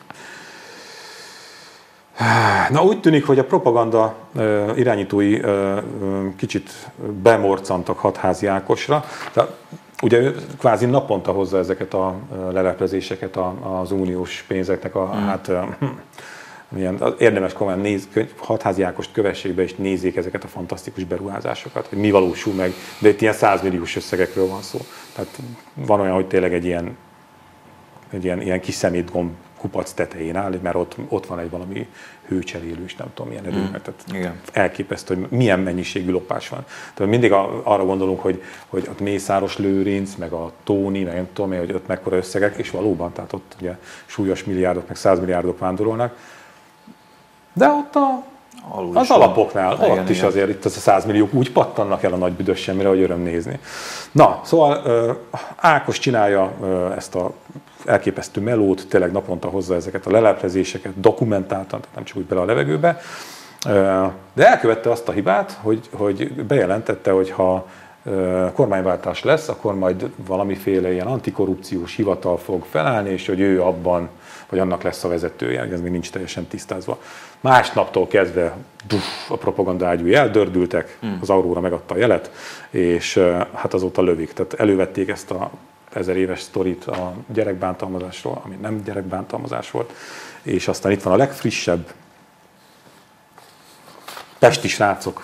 Na úgy tűnik, hogy a propaganda irányítói kicsit bemorcantak Hatházi Ákosra. De ugye ő kvázi naponta hozza ezeket a leleplezéseket az uniós pénzeknek milyen érdemes komolyan Hatházi Ákost kövessék be és nézzék ezeket a fantasztikus beruházásokat, hogy mi valósul meg, de itt ilyen 100 milliós összegekről van szó. Tehát van olyan, hogy tényleg egy ilyen kis szemétgomb kupac tetején áll, mert ott van egy valami hőcserélős, nem tudom milyen erő, tehát elképesztő, hogy milyen mennyiségű lopás van. Tehát mindig arra gondolunk, hogy ott Mészáros Lőrinc, meg a Tóni, meg nem tudom, hogy ott mekkora összegek, és valóban, tehát ott ugye súlyos milliárdok, meg 100 milliárdok vándorolnak. De ott az alapoknál, ott is azért itt az a 100 milliók úgy pattannak el a nagy büdös semmire, hogy öröm nézni. Na, szóval Ákos csinálja ezt a elképesztő melót, tényleg naponta hozza ezeket a leleplezéseket, dokumentáltan, tehát nem csak úgy bele a levegőbe, de elkövette azt a hibát, hogy bejelentette, hogy ha kormányváltás lesz, akkor majd valamiféle ilyen antikorrupciós hivatal fog felállni, és hogy ő abban, vagy annak lesz a vezetője, ez még nincs teljesen tisztázva. Másnaptól kezdve a propagandaágyúi eldördültek, az Aurora megadta a jelet, és hát azóta lövik. Tehát elővették ezt a 1000 éves sztorit a gyerekbántalmazásról, ami nem gyerekbántalmazás volt, és aztán itt van a legfrissebb Pesti srácok,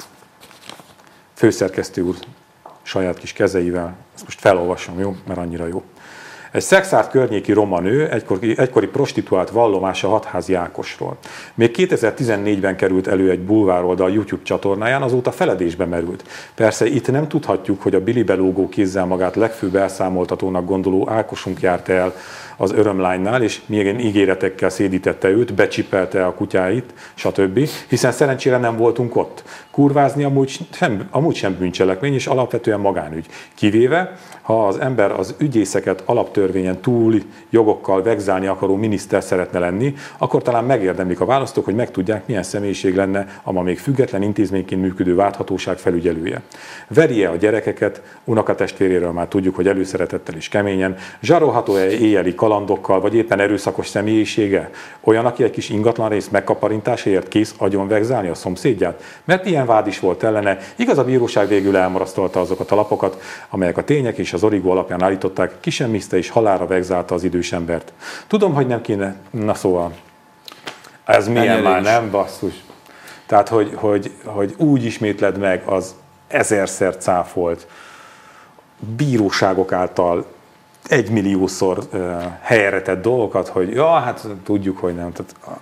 főszerkesztő úr saját kis kezeivel, ezt most felolvasom, jó? Mert annyira jó. Egy Szexárd környéki roma nő egykori prostituált vallomása Hatházi Ákosról. Még 2014-ben került elő egy bulvároldal YouTube csatornáján, azóta feledésbe merült. Persze itt nem tudhatjuk, hogy a bilibelógó kézzel magát legfőbb elszámoltatónak gondoló Ákosunk járt el az örömlánynál, és még ígéretekkel szédítette őt, becsipelte a kutyáit, stb. Hiszen szerencsére nem voltunk ott. Kurvázni amúgy sem bűncselekmény, és alapvetően magánügy. Kivéve, ha az ember az ügyészeket alaptörvényen túli jogokkal vegzálni akaró miniszter szeretne lenni, akkor talán megérdemlik a választók, hogy megtudják, milyen személyiség lenne a ma még független intézményként működő válthatóság felügyelője. Verje a gyerekeket, unokatestvéréről már tudjuk, hogy előszeretettel és keményen, zsarolható-e éjjeli kalandokkal, vagy éppen erőszakos személyisége? Olyan, aki egy kis ingatlan rész megkaparintásáért kész agyonvegzálni a szomszédját? Mert ilyen vád is volt ellene, igaz, a bíróság végül elmarasztalta azokat a lapokat, amelyek a tények és az origó alapján állították, kisemmizte és halálra vegzálta az idős embert. Tudom, hogy nem kéne, na szóval, ez milyen már nem basszus. Tehát, hogy úgy ismétled meg az ezerszer cáfolt bíróságok által 1 milliószor helyre tett dolgokat, hogy ja, hát tudjuk, hogy nem.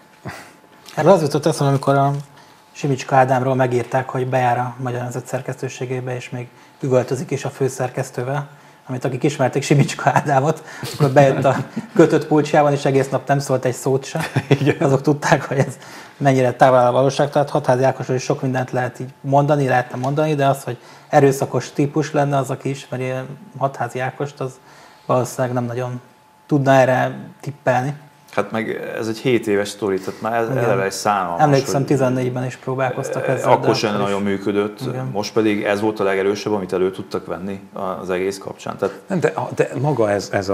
Erről az jutott eszembe, amikor a Simicska Ádámról megírták, hogy bejár a Magyar Nemzet szerkesztőségébe, és még üvöltözik is a főszerkesztővel, amit akik ismerték Simicska Ádámot, akkor bejött a kötött pulcsjában, és egész nap nem szólt egy szót sem. Azok tudták, hogy ez mennyire távol áll a valóságtól. Tehát Hatházi Ákosról is sok mindent lehetne mondani, de az, hogy erőszakos típus lenne, az, aki ismeri Hatházi Ákost, az valószínűleg nem nagyon tudna erre tippelni. Hát meg ez egy 7 éves sztori, tehát már ez eleve egy szánalmas. Emlékszem, 14-ben is próbálkoztak ezzel. Akkor sem nagyon működött, igen. Most pedig ez volt a legerősebb, amit elő tudtak venni az egész kapcsán. Tehát... De maga ez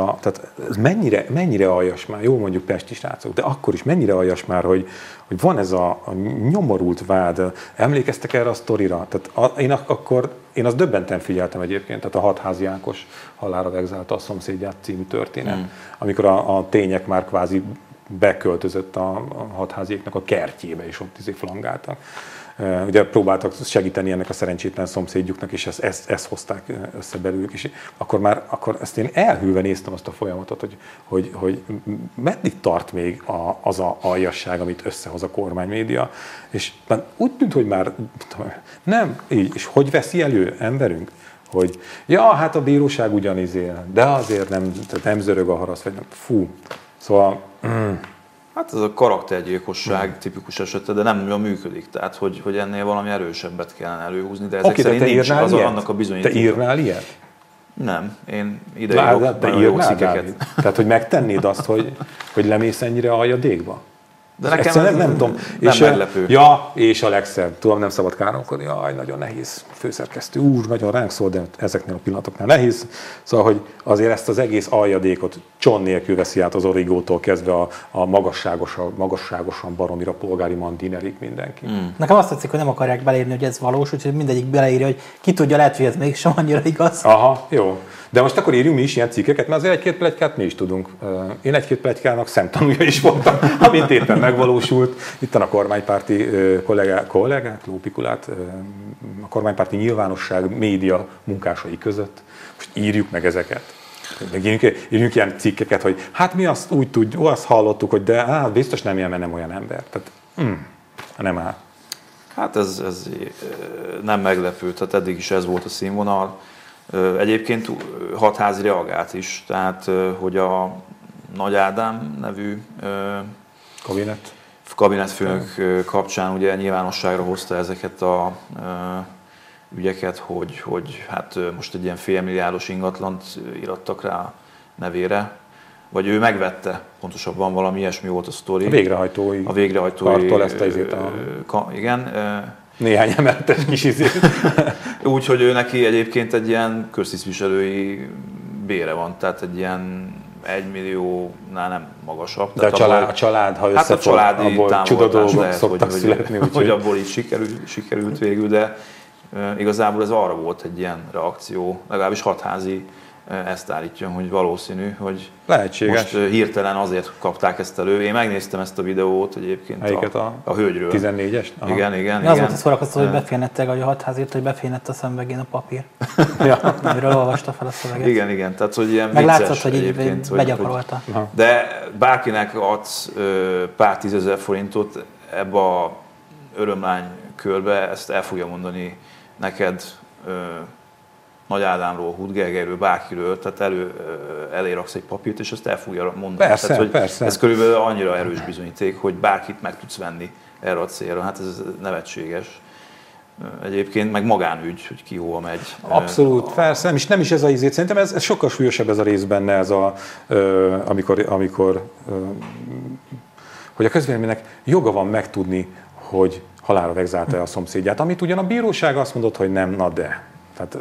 mennyire aljas már, jó mondjuk pesti srácok, de akkor is mennyire aljas már, hogy van ez a nyomorult vád. Emlékeztek erre a sztorira? Tehát én azt döbbenten figyeltem egyébként, tehát a Hatházi Ákos halálra vegzálta a szomszédját című történet, amikor a tények már kvázi beköltözött a Hatháziéknak a kertjébe, és ott flangáltak. Ugye próbáltak segíteni ennek a szerencsétlen szomszédjuknak, és ezt hozták össze belőlük, és akkor ezt én elhűlve néztem azt a folyamatot, hogy meddig tart még az a aljasság, amit összehoz a kormánymédia, és úgy tűnt, hogy már nem így, és hogy veszi elő emberünk? Hogy ja, hát a bíróság ugyanízél, de azért nem zörög a harasz, vagy nem. Fú. Szóval Hát ez a karaktergyilkosság tipikus esete, de nem nagyon működik. Tehát, hogy ennél valami erősebbet kellene előhúzni, de ezek szerint nincs annak a bizonyítéka. Te írnál ilyet? Nem, én ideírok nagyon jó cikkeket. Tehát, hogy megtennéd azt, hogy lemész ennyire aljadékba? De nekem nem tudom. Nem meglepő. Ja, és a legszebb. Tudom, nem szabad káromkodni. Jaj, nagyon nehéz főszerkesztő úr, nagyon ránk szól, de ezeknél a pillanatoknál nehéz. Szóval, hogy azért ezt az egész aljadékot cson nélkül veszi át az origótól kezdve a magasságosan baromira polgári mandinerig mindenki. Nekem azt tetszik, hogy nem akarják beleírni, hogy ez valós, úgyhogy mindegyik beleírja, hogy ki tudja, lehet, hogy ez mégsem annyira igaz. Aha, jó. De most akkor írjunk mi is ilyen cikkeket, mert azért egy-két pletykát mi is tudunk. Én egy-két pletykának szemtanúja is voltam, amint éppen megvalósult. Itt a kormánypárti kollégák, Lópikulát, a kormánypárti nyilvánosság média munkásai között. Most írjuk meg ezeket. Írjunk ilyen cikkeket, hogy hát mi azt úgy tudjuk, azt hallottuk, hogy de biztos nem ilyen, mert nem olyan ember. Tehát nem áll. Hát ez nem meglepő, tehát eddig is ez volt a színvonal. Egyébként Hatházi reagált is, tehát hogy a Nagy Ádám nevű kabinetfőnök kapcsán ugye nyilvánosságra hozta ezeket a ügyeket, hogy hát most egy ilyen félmilliárdos ingatlant irattak rá nevére, vagy ő megvette, pontosabban valami ilyesmi volt a sztori. A végrehajtói kartól ezt igen. Néhány emeletes kis izét. Úgyhogy ő neki egyébként egy ilyen köztisztviselői bére van, tehát egy ilyen 1 milliónál nem magasabb. De a család, ha hát a családi támogatás lehet, szoktak születni. Hogy abból így sikerült végül, de igazából ez arra volt egy ilyen reakció, legalábbis Hatházi ezt állítja, hogy valószínű, hogy lehetséges. Most hirtelen azért kapták ezt elő. Én megnéztem ezt a videót egyébként a hölgyről. 14-es? Igen. Az volt a szórakoztató, hogy befélnette, hogy a Hatháziért, hogy befélnette a szemvegén a papír. Amiről olvasta fel a szöveget. Igen. Tehát, hogy ilyen meg vicces látszott, hogy így begyakorolta. De bárkinek adsz pár 10 000 forintot ebbe a örömlány körbe, ezt el fogja mondani neked Nagy Ádámról, Huth Gergelyről, bárkiről, tehát elé raksz egy papírt, és azt el fogja mondani. Persze. Ez körülbelül annyira erős bizonyíték, hogy bárkit meg tudsz venni erre a célra. Hát ez nevetséges. Egyébként meg magánügy, hogy ki hova megy. Abszolút, persze, és nem is ez a izét. Szerintem ez sokkal súlyosabb ez a rész benne, ez amikor hogy a közvéleménynek joga van megtudni, hogy halálra vegzálta a szomszédját, amit ugyan a bíróság azt mondott, hogy nem, na de. Tehát,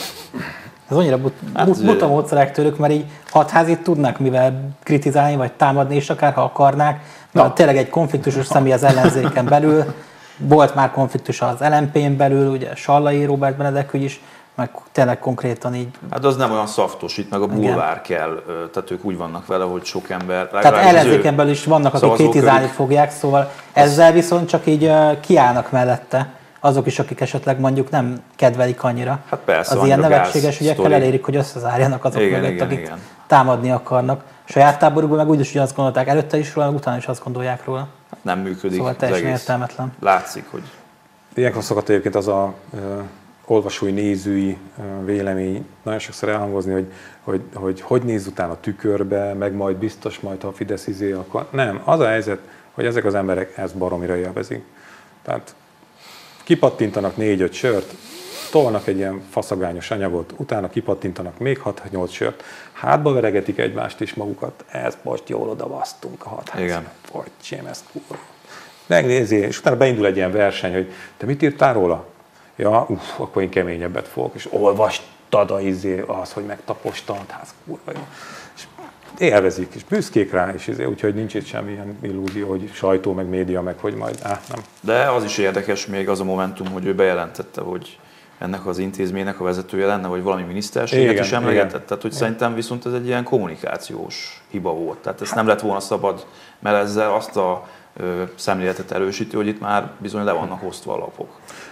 ez annyira buta módszerek tőlük, mert így Hatházit tudnak mivel kritizálni, vagy támadni is akár, ha akarnák. Tényleg egy konfliktusos személy az ellenzéken belül, volt már konfliktus az LMP-n belül, ugye Sallai Róbert Benedek ügy is, meg tényleg konkrétan így. Hát az nem olyan szaftos, itt meg a bulvár kell, tehát ők úgy vannak vele, hogy sok ember. Tehát ellenzéken belül is vannak, akik kritizálni fogják, szóval ezzel viszont csak így kiállnak mellette. Azok is, akik esetleg mondjuk nem kedvelik annyira. Hát persze, az ilyen nevetséges ügyekkel elérik, hogy összezárjanak azok mögött, akik támadni akarnak. Saját táborukban meg úgy is ugyanazt gondolták, előtte is róla, utána is azt gondolják róla. Hát nem működik. Szóval teljesen értelmetlen. Látszik, hogy... Ilyenkor szokott egyébként az a olvasói, nézői vélemény nagyon sokszor elhangozni, hogy nézz utána a tükörbe, meg majd biztos majd, ha a Fidesz akkor... Nem, az a helyzet, hogy ezek az emberek ezt baromira élvezik. Tehát kipattintanak 4-5 sört, tolnak egy ilyen faszagányos anyagot, utána kipattintanak még 6-8 sört, hátba veregetik egymást és magukat, ez most jól odavasztunk a Hatházba. Fogcsém, ezt kurva. Megnézi, és utána beindul egy ilyen verseny, hogy te mit írtál róla? Ja, akkor én keményebbet fogok, és olvastad az, hogy megtaposta a Hatház, kurva jó. És élvezik, és büszkék rá, és úgyhogy nincs itt semmilyen illúzió, hogy sajtó, meg média, meg hogy majd, nem. De az is érdekes még az a momentum, hogy ő bejelentette, hogy ennek az intézménynek a vezetője lenne, vagy valami miniszterséget is emlegetett. Tehát, hogy szerintem viszont ez egy ilyen kommunikációs hiba volt. Tehát ezt nem lett volna szabad, mert ezzel azt a szemléletet erősíti, hogy itt már bizony le vannak osztva a lapok.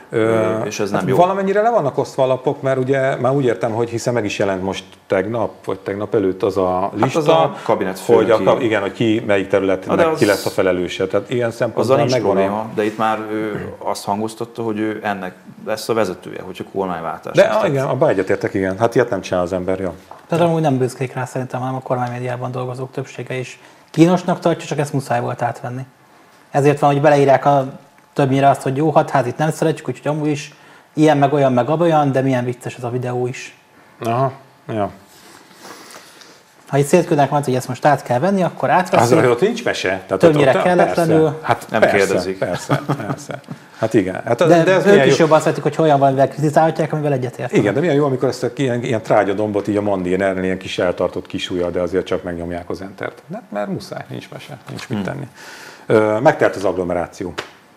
És ez nem jó. Valamennyire le vannak osztva a lapok, mert ugye már úgy értem, hogy hiszen meg is jelent most tegnap előtt az a lista, hát az a kabinetfő, hogy ki melyik területnek ki lesz a felelőse. Tehát ilyen szempontból nincs probléma, de itt már ő azt hangoztatta, hogy ő ennek lesz a vezetője, hogyha kormányváltás. De igen, abban egyetértek, igen. Hát ilyet nem csinál az ember, ja. Tehát amúgy nem büszkék rá szerintem, hanem a kormánymédiában dolgozók többsége is kínosnak tartja, csak ezt muszáj volt átvenni. Ezért van, hogy beleírják többnyire azt, hogy jó, itt nem szeretjük, úgyhogy amúgy is ilyen, meg olyan, de milyen vicces ez a videó is. Aha, ja. Ha itt szétküldenek majd, hogy ezt most át kell venni, akkor átveszik. Az, ott nincs mese. Tehát többnyire kelletlenül. Persze. Hát nem persze, kérdezik. Persze. Hát igen. Hát, de ez ők is jó. jobban szeretik, hogy olyan valamivel kritizálhatják, amivel egyetértenek. Igen, de milyen jó, amikor ezt a ilyen trágyadombot így a Mandi ilyen kis eltartott kis ujjal, de azért csak megnyomják az entert. Mert muszáj, nincs mese, nincs mit tenni. Megtelt az agglomeráció.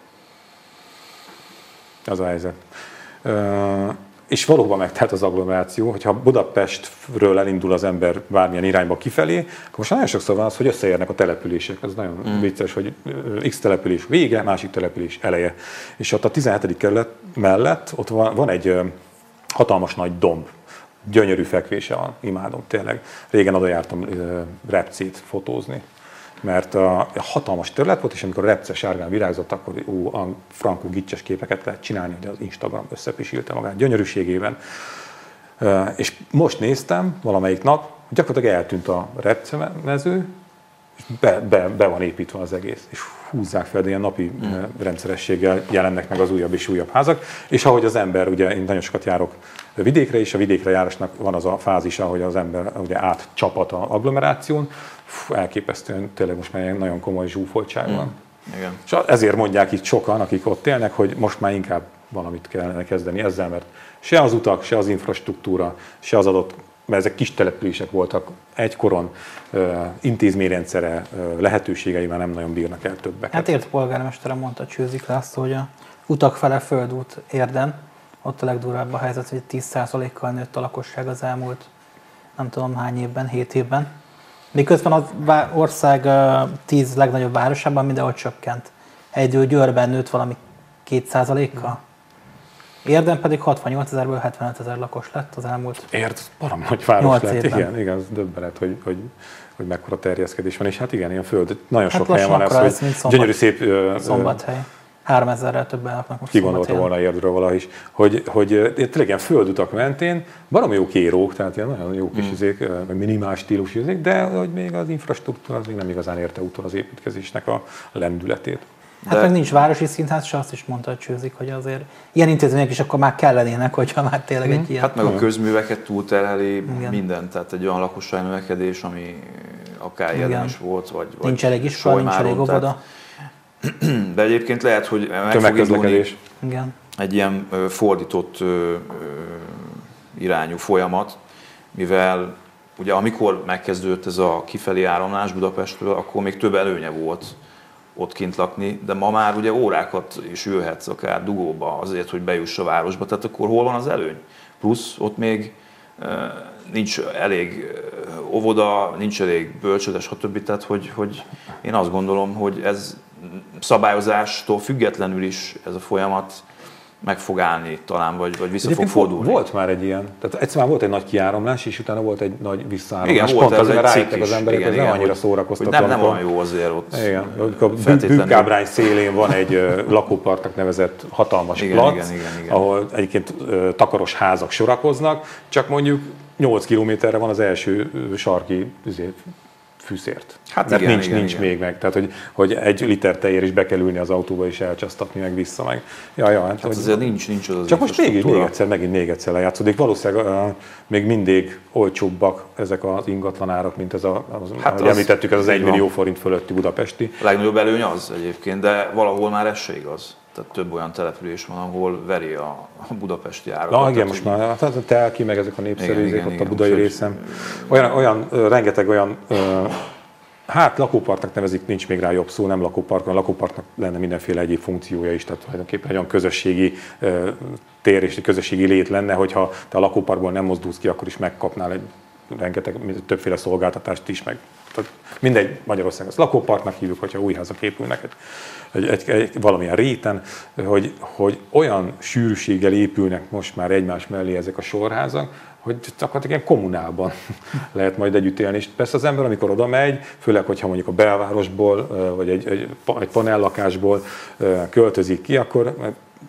Az a helyzet. És valóban megtelt az agglomeráció, hogyha Budapestről elindul az ember bármilyen irányba kifelé, akkor most nagyon sokszor van az, hogy összeérnek a települések. Ez nagyon vicces, hogy X település vége, másik település eleje. És ott a 17. kerület mellett ott van egy hatalmas nagy domb. Gyönyörű fekvése van, imádom tényleg. Régen oda jártam repcét fotózni, mert a hatalmas terület volt, és amikor a repce sárgán virágzott, akkor a frankó gicses képeket lehet csinálni, hogy az Instagram összepisílte magát gyönyörűségében. És most néztem valamelyik nap, gyakorlatilag eltűnt a repcemező, és be van építve az egész. És húzzák fel, de ilyen napi rendszerességgel jelennek meg az újabb és újabb házak. És ahogy az ember, ugye én nagyon sokat járok vidékre, és a vidékre járásnak van az a fázisa, hogy az ember ugye átcsapat az agglomeráción, elképesztően tényleg most már nagyon komoly zsúfoltság van. Igen. És ezért mondják itt sokan, akik ott élnek, hogy most már inkább valamit kellene kezdeni ezzel, mert se az utak, se az infrastruktúra, se az adott, mert ezek kis települések voltak egykoron, intézményrendszere, lehetőségeivel nem nagyon bírnak el többeket. Hát ért polgármestere mondta Csőzik László, hogy a utak fele földút Érden, ott a legdurvább a helyzet, hogy 10%-kal nőtt a lakosság az elmúlt nem tudom hány évben, 7 évben. Miközben az ország 10 legnagyobb városában mindenhol csökkent. Egyedül Győrben nőtt valami 2%-kal. Érden pedig 68 000-ből 75 000 lakos lett az elmúlt. Barom nagy város lett. Évben. Igen, az döbbenet, hogy mekkora terjeszkedés van. És hát igen, ilyen föld. Nagyon Hát sok helyen van ez, hogy gyönyörű szép... Szombathely. 3000-rel többen laknak most. Ki gondolta volna Érdről valahogy is, hogy tényleg ilyen földutak mentén baromi jó kérók, tehát ilyen nagyon jó kis izék, meg minimál stílusú izék, de hogy még az infrastruktúra az még nem igazán érte utol az építkezésnek a lendületét. Hát meg nincs városi színház, se azt is mondta a Csőzik, hogy azért ilyen intézmények is akkor már kellenének, hogyha már tényleg egy ilyen... Hát meg a közműveket túlterheli mindent, tehát egy olyan lakosság növekedés, ami akár jelen is volt, vagy nincs elég iskola, nincs elég óvoda. De egyébként lehet, hogy meg fog indulni egy ilyen fordított irányú folyamat, mivel ugye amikor megkezdődött ez a kifelé áramlás Budapestről, akkor még több előnye volt ott kint lakni, de ma már ugye órákat is ülhetsz akár dugóba azért, hogy bejuss a városba, tehát akkor hol van az előny? Plusz ott még nincs elég óvoda, nincs elég bölcsőde, stb. Tehát, hogy én azt gondolom, hogy ez szabályozástól függetlenül is ez a folyamat meg fog állni talán, vagy vissza fog fordulni. Volt már egy ilyen, tehát egyszer már volt egy nagy kiáramlás, és utána volt egy nagy visszaáramlás. Igen, volt pont azért rájöttek az is. emberek, igen, hogy nem annyira szórakoztató. Nem olyan jó azért ott. Igen, a Bükkábrány szélén van egy lakóparknak nevezett hatalmas plac, ahol egyébként takaros házak sorakoznak, csak mondjuk 8 kilométerre van az első sarki fűszért. Hát mert igen, nincs még meg. Tehát, hogy 1 liter tejér is be kell ülni az autóba és elcsasztatni meg vissza meg. Hát azért nincs az. csak most még egyszer lejátszódik. Valószínűleg még mindig olcsóbbak ezek az ingatlanárak, mint ez ahogy említettük, ez az 1 millió forint fölötti budapesti. A legnagyobb előny az egyébként, de valahol már ez se igaz. Tehát több olyan település van, ahol veri a budapesti árakat. Igen, most már a Telki, meg ezek a népszerű izék ott a budai részen. Rengeteg olyan, lakóparknak nevezik, nincs még rá jobb szó, nem lakópark, a lakóparknak lenne mindenféle egyéb funkciója is, tehát tulajdonképpen egy olyan közösségi tér és egy közösségi lét lenne, hogyha te a lakóparkból nem mozdulsz ki, akkor is megkapnál többféle szolgáltatást is, meg mindegy, Magyarországon azt lakóparknak hívjuk, hogyha új házak épülnek valamilyen réten, hogy olyan sűrűséggel épülnek most már egymás mellé ezek a sorházak, hogy gyakorlatilag ilyen kommunálban lehet majd együtt élni. És persze az ember, amikor oda megy, főleg, hogyha mondjuk a belvárosból, vagy egy panellakásból költözik ki, akkor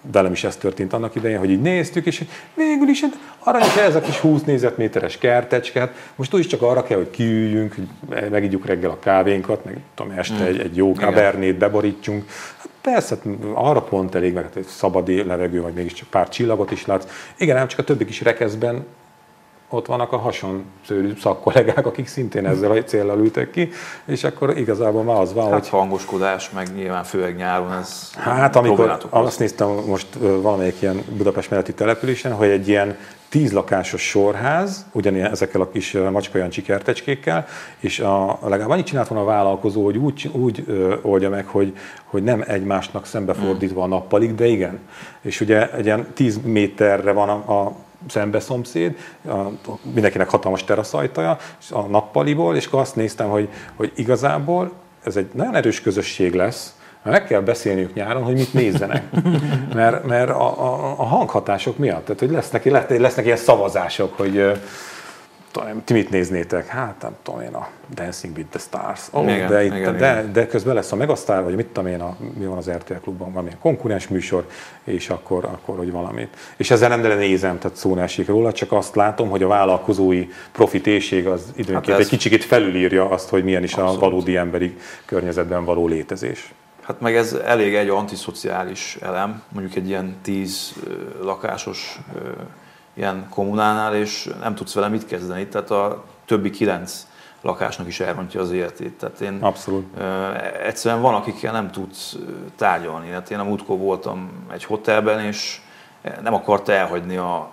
velem is ez történt annak idején, hogy így néztük, és végül is aranyos ez a kis 20 négyzetméteres kertecskát, most úgyis csak arra kell, hogy kiüljünk, hogy megígyjuk reggel a kávénkat, meg tudom, este egy jó kabernét beborítsunk. Hát persze, arra pont elég, mert egy szabad levegő, vagy mégiscsak pár csillagot is látsz. Igen, ám csak a többi kis rekeszben ott vannak a hasonszőrű szakkollégák, akik szintén ezzel a céllal ültek ki, és akkor igazából már az van, hát hogy... hangoskodás, meg nyilván főleg nyáron ez... Hát amikor azt néztem most valamelyik ilyen Budapest melletti településen, hogy egy ilyen 10 lakásos sorház, ugyanilyen ezekkel a kis macskajancsi kertecskékkel, és legalább annyit csinált volna a vállalkozó, hogy úgy oldja meg, hogy nem egymásnak szembefordítva a nappalig, de igen. És ugye egy ilyen 10 méterre van a szembeszomszéd, mindenkinek hatalmas teraszajtaja a nappaliból, és akkor azt néztem, hogy igazából ez egy nagyon erős közösség lesz, mert meg kell beszélniük nyáron, hogy mit nézzenek. Mert a hanghatások miatt, tehát hogy lesznek ilyen szavazások, hogy ti mit néznétek? Hát nem tudom én, a Dancing with the Stars. De közben lesz a Megastar, vagy mit tudom én, mi van az RTL Klubban, valamilyen konkurens műsor, és akkor hogy valamit. És ezzel nem nézem, tehát szó ne esik róla, csak azt látom, hogy a vállalkozói profitérség az időnként egy kicsikét felülírja azt, hogy milyen is a valódi emberi környezetben való létezés. Hát meg ez elég egy antiszociális elem, mondjuk egy ilyen 10 lakásos ilyen kommunánál, és nem tudsz vele mit kezdeni. Tehát a többi 9 lakásnak is elrontja az életét. Tehát abszolút. Egyszerűen van, akikkel nem tudsz tárgyalni. Hát én a múltkor voltam egy hotelben, és nem akarta elhagyni a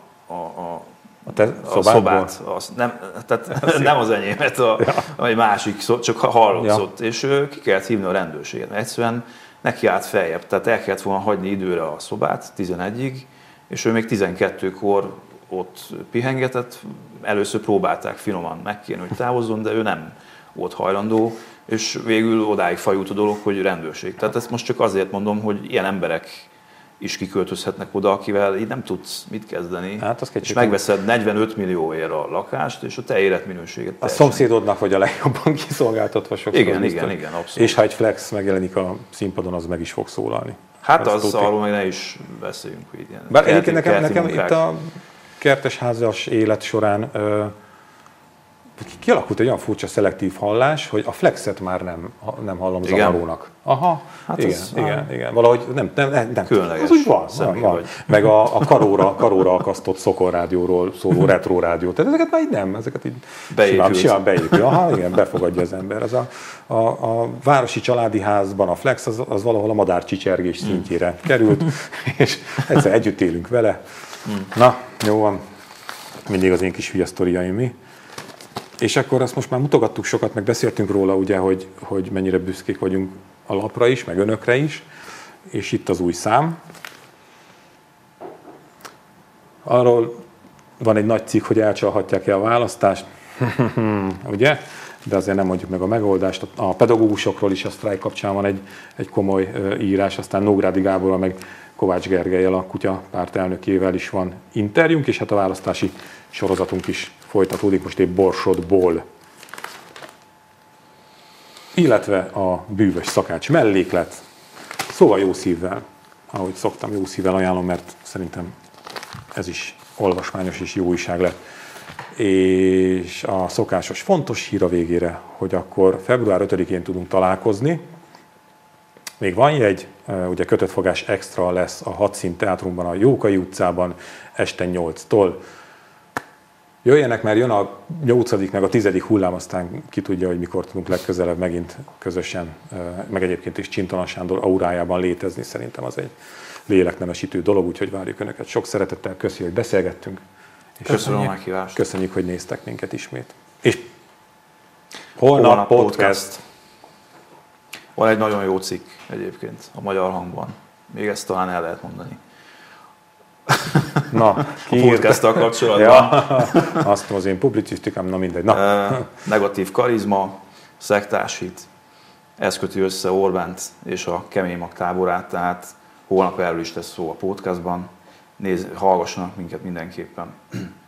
szobát. Nem az enyémet, egy másik, csak hallatszott. És ki kellett hívni a rendőrséget. Egyszerűen neki állt feljebb. Tehát el kellett volna hagyni időre a szobát 11-ig, és ő még 12-kor ott pihengetett. Először próbálták finoman megkérni, hogy távozzon, de ő nem volt hajlandó, és végül odáig fajult a dolog, hogy rendőrség. Tehát ezt most csak azért mondom, hogy ilyen emberek is kiköltözhetnek oda, akivel így nem tudsz mit kezdeni, hát és megveszed 45 millióért a lakást, és a te életminőséget a szomszédodnak vagy a legjobban kiszolgáltatva sokszor. Igen, abszolút. És ha egy flex megjelenik a színpadon, az meg is fog szólalni. Hát az arról meg ne is beszéljünk, hogy ilyen. Bár egyébként nekem itt a kertesházas élet során kialakult egy olyan furcsa szelektív hallás, hogy a flexet már nem hallom zavarónak. Aha, hát igen. Valahogy nem. Különleges. Az úgy van. Meg a karóra akasztott szokorrádióról szóló retro rádió. Tehát ezeket már így nem, ezeket így simán beépül. Aha, igen, befogadja az ember. Az a városi családi házban a flex az valahol a madárcsicsergés szintjére került, és egyszer együtt élünk vele. Na, jó van. Mindig az én kis hülye sztoriaim, mi? És akkor azt most már mutogattuk sokat, meg beszéltünk róla, ugye, hogy mennyire büszkék vagyunk a lapra is, meg önökre is, és itt az új szám. Arról van egy nagy cikk, hogy elcsalhatják-e a választást, ugye? De azért nem mondjuk meg a megoldást. A pedagógusokról is a sztrájk kapcsán van egy komoly írás, aztán Nógrádi Gáborral, meg Kovács Gergellyel, a Kutya párt elnökével is van interjúnk, és hát a választási sorozatunk is folytatódik most épp Borsodból. Illetve a bűvös szakács melléklet. Szóval jó szívvel, ahogy szoktam, jó szívvel ajánlom, mert szerintem ez is olvasmányos és jó újság lett. És a szokásos fontos hír a végére, hogy akkor február 5-én tudunk találkozni. Még van jegy, ugye kötöttfogás extra lesz a Hadszín Teátrumban, a Jókai utcában este 8-tól. Jöjjenek, mert jön a 8. meg a 10. hullám, aztán ki tudja, hogy mikor tudunk legközelebb megint közösen, meg egyébként is Csintalan Sándor aurájában létezni. Szerintem az egy léleknemesítő dolog, úgyhogy várjuk Önöket. Sok szeretettel, köszönjük, hogy beszélgettünk. És köszönöm a meghívást. Köszönjük, hogy néztek minket ismét. És holnap podcast. Van egy nagyon jó cikk egyébként a Magyar Hangban. Még ezt talán el lehet mondani. Na, a podcasttal kapcsolatban. Azt az én publicisztikám, na mindegy. Negatív karizma, szektáshit, ez köti össze Orbánt és a kemény mag táborát, tehát holnap erről is lesz szó a podcastban. Hallgassanak minket mindenképpen.